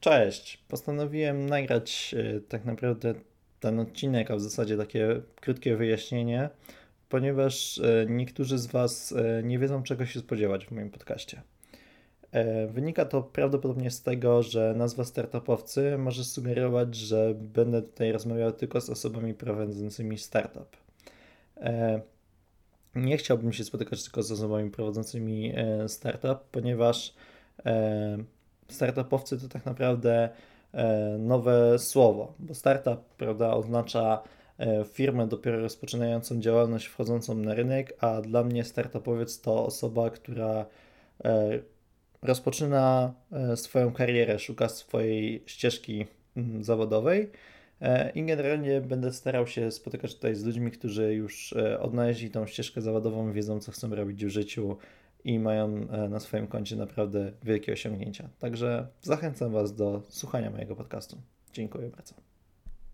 Cześć. Postanowiłem nagrać tak naprawdę ten odcinek, a w zasadzie takie krótkie wyjaśnienie, ponieważ niektórzy z Was nie wiedzą, czego się spodziewać w moim podcaście. Wynika to prawdopodobnie z tego, że nazwa startupowcy może sugerować, że będę tutaj rozmawiał tylko z osobami prowadzącymi startup. Nie chciałbym się spotykać tylko z osobami prowadzącymi startup, ponieważ startupowcy to tak naprawdę nowe słowo, bo startup, prawda, oznacza firmę dopiero rozpoczynającą działalność, wchodzącą na rynek, a dla mnie startupowiec to osoba, która e, rozpoczyna swoją karierę, szuka swojej ścieżki zawodowej i generalnie będę starał się spotykać tutaj z ludźmi, którzy już odnaleźli tą ścieżkę zawodową, wiedzą, co chcą robić w życiu i mają na swoim koncie naprawdę wielkie osiągnięcia. Także zachęcam Was do słuchania mojego podcastu. Dziękuję bardzo.